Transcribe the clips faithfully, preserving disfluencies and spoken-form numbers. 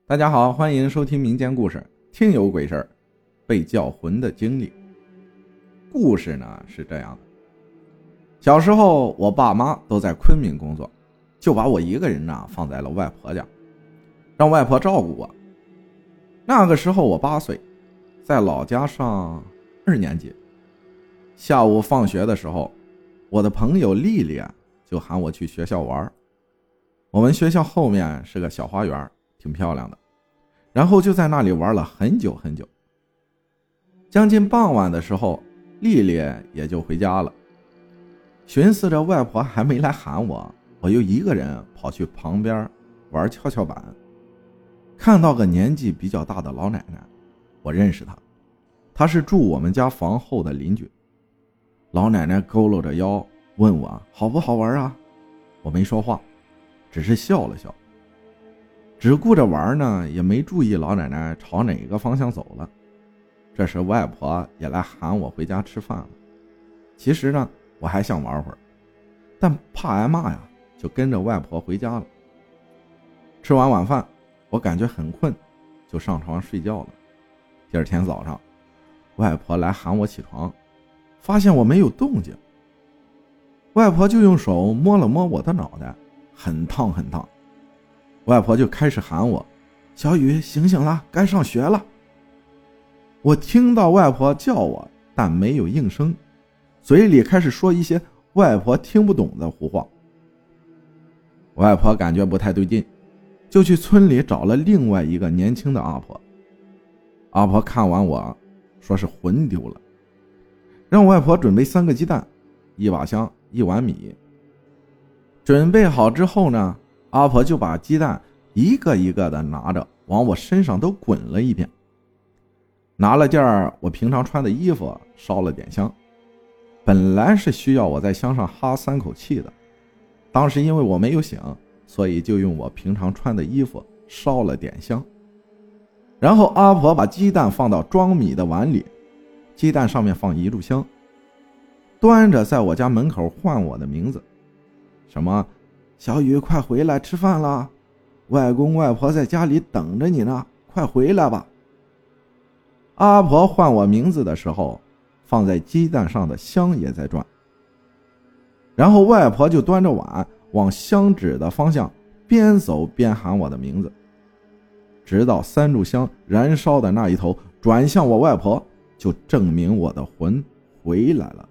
大家好，欢迎收听民间故事，听有鬼事儿，被叫魂的经历。故事呢是这样的，小时候我爸妈都在昆明工作，就把我一个人呢放在了外婆家，让外婆照顾我。那个时候我八岁，在老家上二年级。下午放学的时候，我的朋友丽丽就喊我去学校玩。我们学校后面是个小花园，挺漂亮的，然后就在那里玩了很久很久。将近傍晚的时候，丽丽也就回家了。寻思着外婆还没来喊我，我又一个人跑去旁边玩跷跷板，看到个年纪比较大的老奶奶，我认识她，她是住我们家房后的邻居。老奶奶佝偻着腰问我好不好玩啊，我没说话，只是笑了笑，只顾着玩呢，也没注意老奶奶朝哪个方向走了。这时外婆也来喊我回家吃饭了。其实呢我还想玩会儿，但怕挨骂呀，就跟着外婆回家了。吃完晚饭，我感觉很困，就上床睡觉了。第二天早上，外婆来喊我起床，发现我没有动静，外婆就用手摸了摸我的脑袋，很烫很烫。外婆就开始喊我，小雨醒醒了，该上学了。我听到外婆叫我，但没有应声，嘴里开始说一些外婆听不懂的胡话。外婆感觉不太对劲，就去村里找了另外一个年轻的阿婆。阿婆看完我，说是魂丢了，让外婆准备三个鸡蛋，一把香，一碗米。准备好之后呢，阿婆就把鸡蛋一个一个的拿着往我身上都滚了一遍，拿了件我平常穿的衣服烧了点香。本来是需要我在香上哈三口气的，当时因为我没有醒，所以就用我平常穿的衣服烧了点香。然后阿婆把鸡蛋放到装米的碗里，鸡蛋上面放一炷香，端着在我家门口唤我的名字，什么小雨快回来吃饭了，外公外婆在家里等着你呢，快回来吧。阿婆唤我名字的时候，放在鸡蛋上的香也在转，然后外婆就端着碗往香指的方向边走边喊我的名字，直到三炷香燃烧的那一头转向我外婆，就证明我的魂回来了。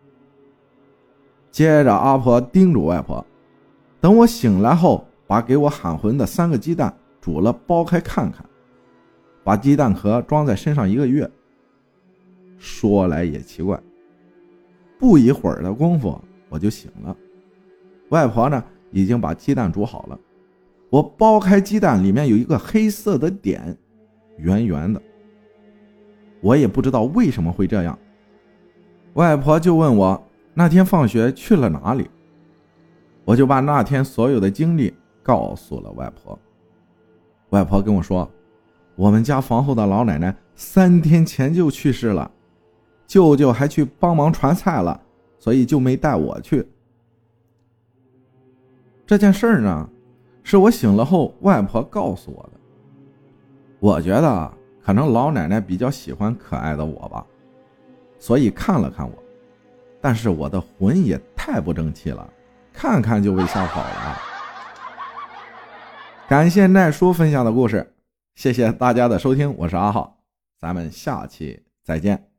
接着阿婆叮嘱外婆，等我醒来后，把给我喊魂的三个鸡蛋煮了剥开看看，把鸡蛋壳装在身上一个月。说来也奇怪，不一会儿的功夫我就醒了。外婆呢已经把鸡蛋煮好了，我剥开鸡蛋，里面有一个黑色的点，圆圆的，我也不知道为什么会这样。外婆就问我那天放学去了哪里，我就把那天所有的经历告诉了外婆。外婆跟我说，我们家房后的老奶奶三天前就去世了，舅舅还去帮忙传菜了，所以就没带我去。这件事呢，是我醒了后外婆告诉我的。我觉得可能老奶奶比较喜欢可爱的我吧，所以看了看我，但是我的魂也太不争气了，看看就被吓跑了。感谢奈叔分享的故事，谢谢大家的收听，我是阿浩，咱们下期再见。